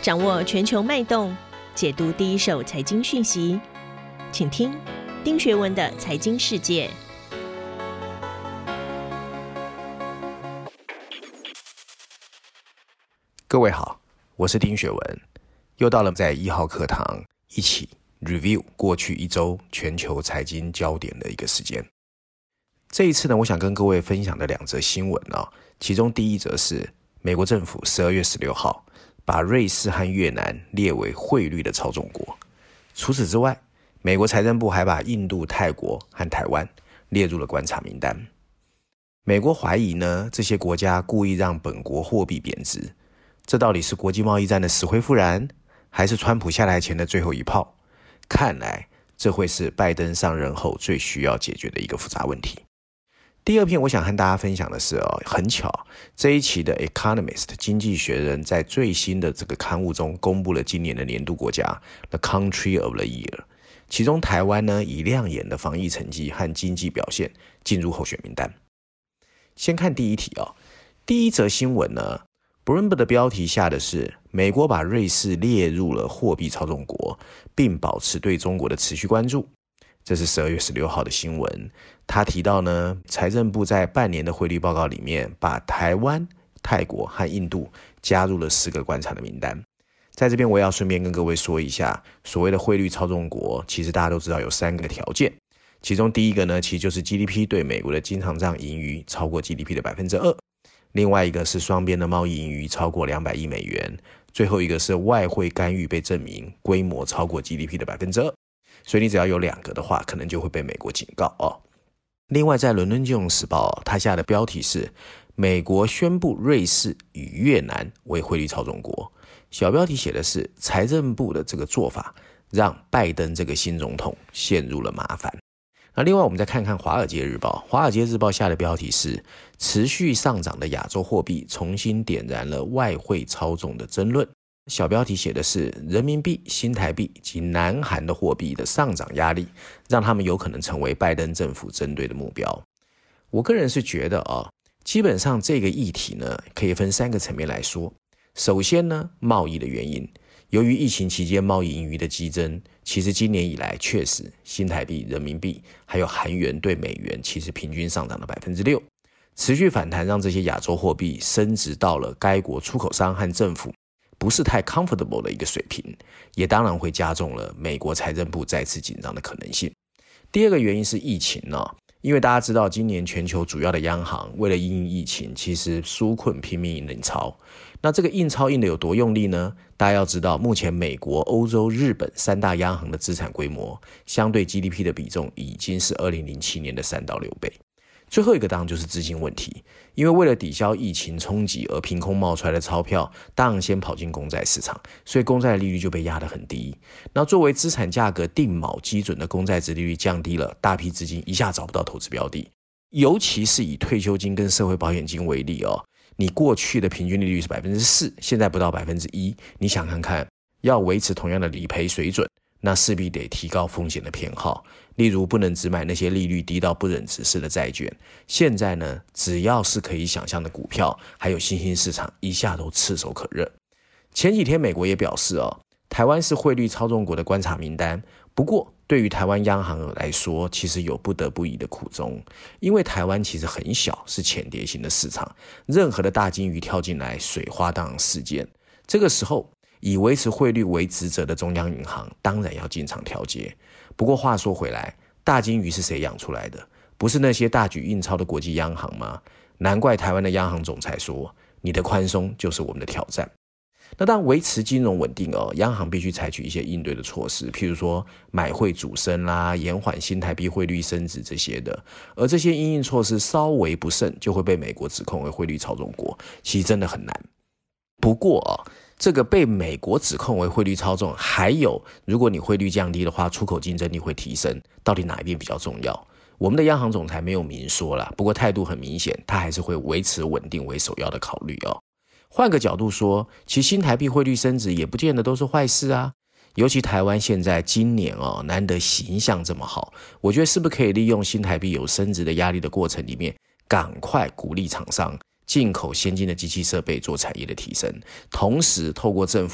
掌握全球脉动，解读第一手财经讯息，请听丁学文的财经世界。 各位好，我是丁学文，又到了在1号课堂一起 review 过去一周全球财经焦点的一个时间。这一次呢，我想跟各位分享的2则新闻其中第一则是美国政府12月16号把瑞士和越南列为汇率的操纵国。除此之外，美国财政部还把印度、泰国和台湾列入了观察名单。美国怀疑呢，这些国家故意让本国货币贬值，这到底是国际贸易战的死灰复燃，还是川普下台前的最后一炮？看来这会是拜登上任后最需要解决的一个复杂问题。第二篇我想和大家分享的是很巧，这一期的 Economist 经济学人在最新的这个刊物中公布了今年的年度国家 The Country of the Year， 其中台湾呢以亮眼的防疫成绩和经济表现进入候选名单。先看第一题第一则新闻呢Bloomberg 的标题下的是美国把瑞士列入了货币操纵国，并保持对中国的持续关注。这是12月16号的新闻，他提到呢，财政部在半年的汇率报告里面把台湾、泰国和印度加入了10个观察的名单。在这边我也要顺便跟各位说一下，所谓的汇率操纵国其实大家都知道有3个条件，其中第一个呢其实就是 GDP 对美国的经常账盈余超过 GDP 的 2%， 另外一个是双边的贸易盈余超过200亿美元，最后一个是外汇干预被证明规模超过 GDP 的 2%， 所以你只要有2个的话，可能就会被美国警告另外在伦敦金融时报它下的标题是美国宣布瑞士与越南为汇率操纵国，小标题写的是财政部的这个做法让拜登这个新总统陷入了麻烦。那另外我们再看看华尔街日报，华尔街日报下的标题是持续上涨的亚洲货币重新点燃了外汇操纵的争论，小标题写的是人民币、新台币及南韩的货币的上涨压力让他们有可能成为拜登政府针对的目标。我个人是觉得基本上这个议题呢可以分3个层面来说。首先呢，贸易的原因，由于疫情期间贸易盈余的激增，其实今年以来确实新台币、人民币还有韩元对美元其实平均上涨了 6%， 持续反弹让这些亚洲货币升值到了该国出口商和政府不是太 comfortable 的一个水平，也当然会加重了美国财政部再次紧张的可能性。第二个原因是疫情因为大家知道今年全球主要的央行为了因应疫情，其实纾困拼命印钞。那这个印钞印的有多用力呢？大家要知道目前美国、欧洲、日本3大央行的资产规模相对 GDP 的比重已经是2007年的3到6倍。最后一个当然就是资金问题，因为为了抵消疫情冲击而凭空冒出来的钞票当然先跑进公债市场，所以公债的利率就被压得很低。那作为资产价格定锚基准的公债殖利率降低了，大批资金一下找不到投资标的，尤其是以退休金跟社会保险金为例你过去的平均利率是 4%， 现在不到 1%， 你想看看要维持同样的理赔水准，那势必得提高风险的偏好，例如不能只买那些利率低到不忍直视的债券。现在呢，只要是可以想象的股票还有新兴市场一下都炙手可热。前几天美国也表示台湾是汇率操纵国的观察名单，不过对于台湾央行来说其实有不得不已的苦衷，因为台湾其实很小，是浅碟型的市场，任何的大金鱼跳进来水花当然事件，这个时候以维持汇率为职责的中央银行当然要进场调节。不过话说回来，大金鱼是谁养出来的？不是那些大举印钞的国际央行吗？难怪台湾的央行总裁说，你的宽松就是我们的挑战。那当然维持金融稳定央行必须采取一些应对的措施，譬如说买汇主升啦，延缓新台币汇率升值这些的。而这些因应措施稍微不慎，就会被美国指控为汇率操纵国，其实真的很难。不过这个被美国指控为汇率操纵，还有如果你汇率降低的话，出口竞争力会提升，到底哪一边比较重要？我们的央行总裁没有明说啦，不过态度很明显，他还是会维持稳定为首要的考虑换个角度说，其实新台币汇率升值也不见得都是坏事啊。尤其台湾现在今年难得形象这么好，我觉得是不是可以利用新台币有升值的压力的过程里面，赶快鼓励厂商进口先进的机器设备做产业的提升，同时透过政府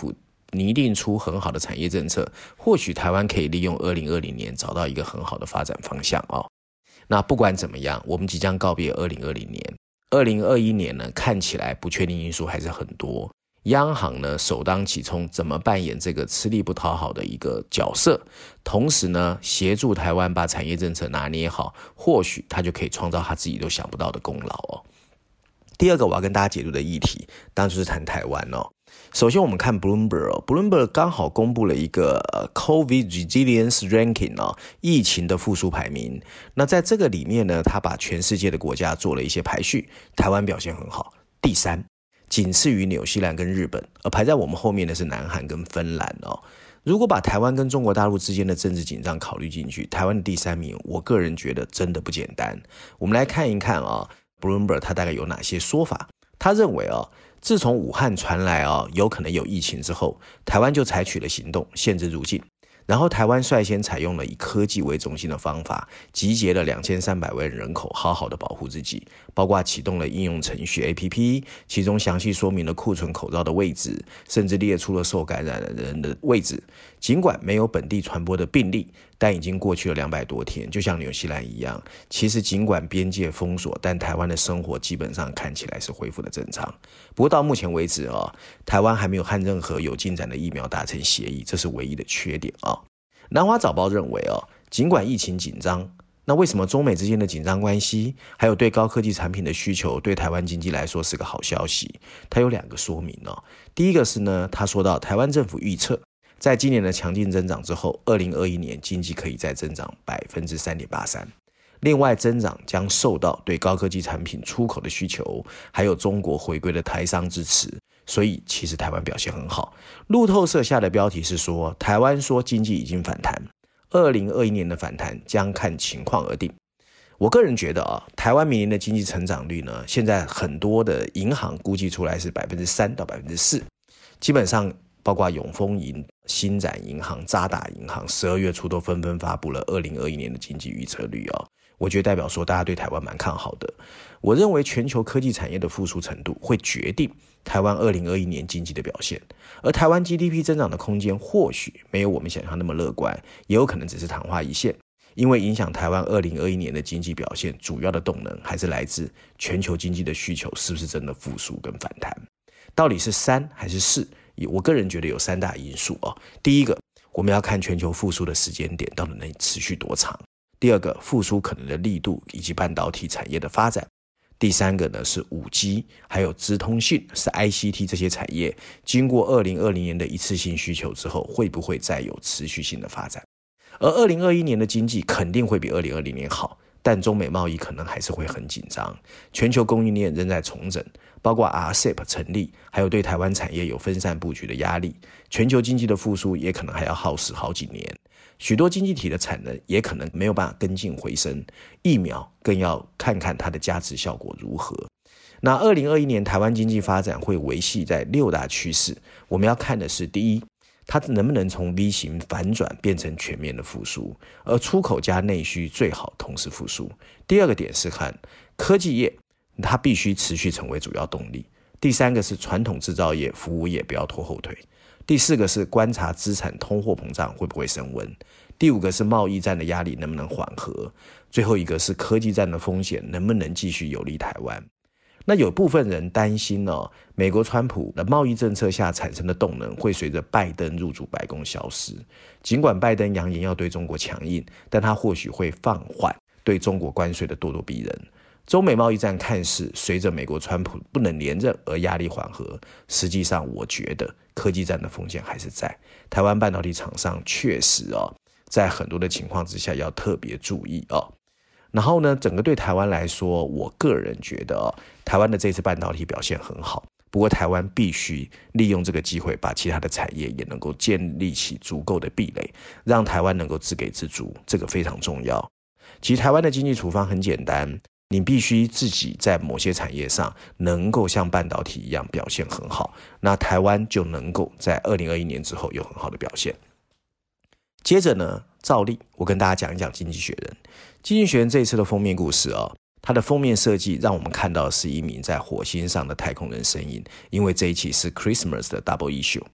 拟定出很好的产业政策，或许台湾可以利用2020年找到一个很好的发展方向那不管怎么样，我们即将告别2020年，2021年呢，看起来不确定因素还是很多。央行呢首当其冲，怎么扮演这个吃力不讨好的一个角色，同时呢协助台湾把产业政策拿捏好，或许他就可以创造他自己都想不到的功劳第二个我要跟大家解读的议题，当然就是谈台湾首先我们看 Bloomberg 刚好公布了一个COVID Resilience Ranking 疫情的复苏排名。那在这个里面呢，他把全世界的国家做了一些排序，台湾表现很好，第3，仅次于纽西兰跟日本，而排在我们后面的是南韩跟芬兰如果把台湾跟中国大陆之间的政治紧张考虑进去，台湾的第3名，我个人觉得真的不简单。我们来看一看Bloomberg 他大概有哪些说法。他认为自从武汉传来有可能有疫情之后，台湾就采取了行动，限制入境。然后台湾率先采用了以科技为中心的方法，集结了2300万人口，好好的保护自己，包括启动了应用程序 APP， 其中详细说明了库存口罩的位置，甚至列出了受感染的人的位置。尽管没有本地传播的病例，但已经过去了200多天，就像纽西兰一样。其实尽管边界封锁，但台湾的生活基本上看起来是恢复的正常。不过到目前为止台湾还没有和任何有进展的疫苗达成协议，这是唯一的缺点南华早报认为尽管疫情紧张，那为什么中美之间的紧张关系，还有对高科技产品的需求，对台湾经济来说是个好消息？它有2个说明第一个是呢，他说到台湾政府预测，在今年的强劲增长之后，2021年经济可以再增长 3.83%。另外，增长将受到对高科技产品出口的需求，还有中国回归的台商支持，所以其实台湾表现很好。路透社下的标题是说，台湾说经济已经反弹，2021年的反弹将看情况而定。我个人觉得台湾明年的经济成长率呢，现在很多的银行估计出来是 3% 到 4%， 基本上包括永丰银、新展银行、渣打银行12月初都纷纷发布了2021年的经济预测率我觉得代表说大家对台湾蛮看好的。我认为全球科技产业的复苏程度会决定台湾2021年经济的表现，而台湾 GDP 增长的空间或许没有我们想象那么乐观，也有可能只是昙花一现，因为影响台湾2021年的经济表现主要的动能还是来自全球经济的需求是不是真的复苏跟反弹。到底是3还是4？我个人觉得有3大因素第一个，我们要看全球复苏的时间点到底能持续多长。第二个，复苏可能的力度以及半导体产业的发展。第3个呢是 5G 还有资通讯，是 ICT 这些产业经过2020年的一次性需求之后，会不会再有持续性的发展。而2021年的经济肯定会比2020年好，但中美贸易可能还是会很紧张，全球供应链仍在重整，包括 RCEP 成立，还有对台湾产业有分散布局的压力，全球经济的复苏也可能还要耗时好几年，许多经济体的产能也可能没有办法跟进回升，疫苗更要看看它的加持效果如何。那2021年台湾经济发展会维系在6大趋势，我们要看的是第一，它能不能从 V 型反转变成全面的复苏，而出口加内需最好同时复苏。第二个点是看科技业，它必须持续成为主要动力。第3个是传统制造业、服务业不要拖后腿。第4个是观察资产通货膨胀会不会升温。第5个是贸易战的压力能不能缓和。最后一个是科技战的风险能不能继续有利台湾。那有部分人担心美国川普的贸易政策下产生的动能会随着拜登入主白宫消失。尽管拜登扬言要对中国强硬，但他或许会放缓对中国关税的咄咄逼人。中美贸易战看似随着美国川普不能连任而压力缓和，实际上我觉得科技战的风险还是在。台湾半导体厂商确实在很多的情况之下要特别注意然后呢，整个对台湾来说，我个人觉得台湾的这次半导体表现很好，不过台湾必须利用这个机会把其他的产业也能够建立起足够的壁垒，让台湾能够自给自足，这个非常重要。其实台湾的经济处方很简单，你必须自己在某些产业上能够像半导体一样表现很好，那台湾就能够在2021年之后有很好的表现。接着呢，照例我跟大家讲一讲《经济学人》。《经济学人》这一次的封面故事它的封面设计让我们看到的是一名在火星上的太空人身影，因为这一期是 Christmas 的 Double Issue。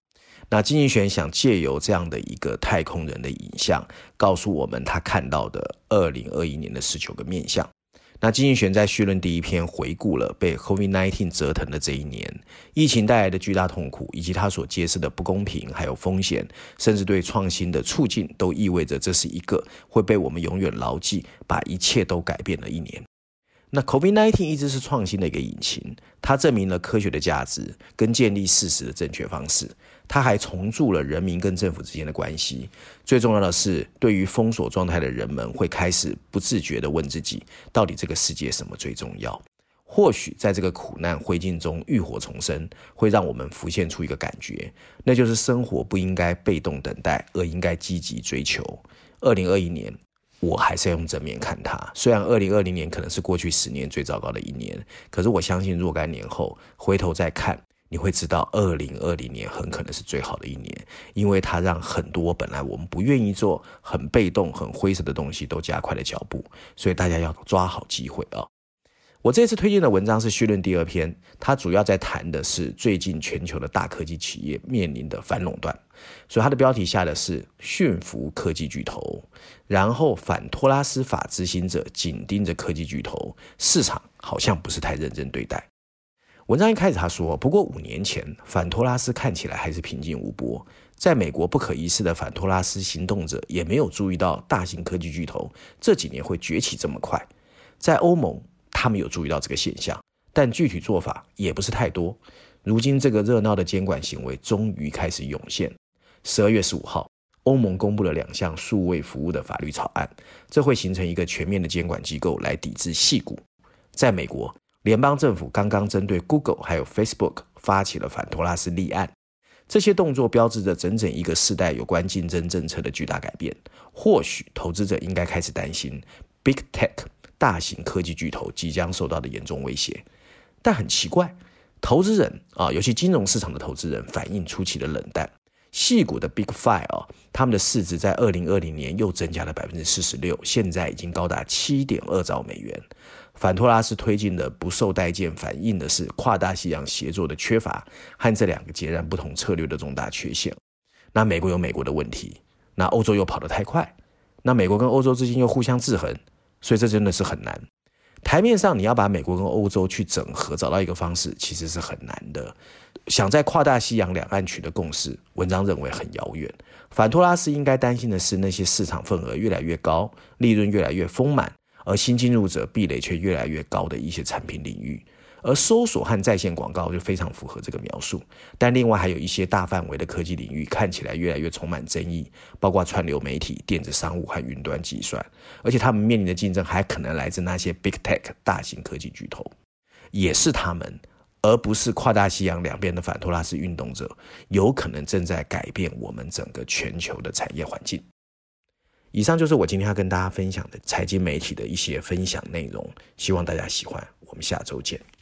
那金敬玄想借由这样的一个太空人的影像，告诉我们他看到的2021年的19个面向。那金敬玄在序论第一篇回顾了被 COVID-19 折腾的这一年，疫情带来的巨大痛苦，以及它所揭示的不公平还有风险，甚至对创新的促进，都意味着这是一个会被我们永远牢记，把一切都改变的一年。那 COVID-19 一直是创新的一个引擎，它证明了科学的价值跟建立事实的正确方式，它还重铸了人民跟政府之间的关系。最重要的是，对于封锁状态的人们会开始不自觉地问自己，到底这个世界什么最重要？或许在这个苦难灰烬中浴火重生，会让我们浮现出一个感觉，那就是生活不应该被动等待，而应该积极追求。2021年我还是要用正面看它，虽然2020年可能是过去10年最糟糕的一年，可是我相信若干年后回头再看，你会知道2020年很可能是最好的一年，因为它让很多本来我们不愿意做、很被动、很灰色的东西都加快了脚步，所以大家要抓好机会啊！我这次推荐的文章是序论第2篇，它主要在谈的是最近全球的大科技企业面临的反垄断，所以它的标题下的是驯服科技巨头，然后反托拉斯法执行者紧盯着科技巨头，市场好像不是太认真对待。文章一开始他说，不过5年前反托拉斯看起来还是平静无波，在美国不可一世的反托拉斯行动者也没有注意到大型科技巨头这几年会崛起这么快。在欧盟他们有注意到这个现象，但具体做法也不是太多。如今这个热闹的监管行为终于开始涌现。12月15号，欧盟公布了2项数位服务的法律草案，这会形成一个全面的监管机构来抵制矽谷。在美国，联邦政府刚刚针对 Google 还有 Facebook 发起了反托拉斯立案，这些动作标志着整整一个世代有关竞争政策的巨大改变。或许投资者应该开始担心 Big Tech 大型科技巨头即将受到的严重威胁，但很奇怪，投资人尤其金融市场的投资人反应出奇的冷淡。矽谷的 Big Five 他们的市值在2020年又增加了 46%， 现在已经高达 7.2 兆美元。反托拉斯推进的不受待见，反映的是跨大西洋协作的缺乏和这2个截然不同策略的重大缺陷。那美国有美国的问题，那欧洲又跑得太快，那美国跟欧洲之间又互相制衡，所以这真的是很难。台面上你要把美国跟欧洲去整合，找到一个方式，其实是很难的。想在跨大西洋两岸取得共识，文章认为很遥远。反托拉斯应该担心的是那些市场份额越来越高、利润越来越丰满，而新进入者壁垒却越来越高的一些产品领域。而搜索和在线广告就非常符合这个描述，但另外还有一些大范围的科技领域看起来越来越充满争议，包括串流媒体、电子商务和云端计算，而且他们面临的竞争还可能来自那些 Big Tech 大型科技巨头。也是他们，而不是跨大西洋两边的反托拉斯运动者，有可能正在改变我们整个全球的产业环境。以上就是我今天要跟大家分享的财经媒体的一些分享内容，希望大家喜欢，我们下周见。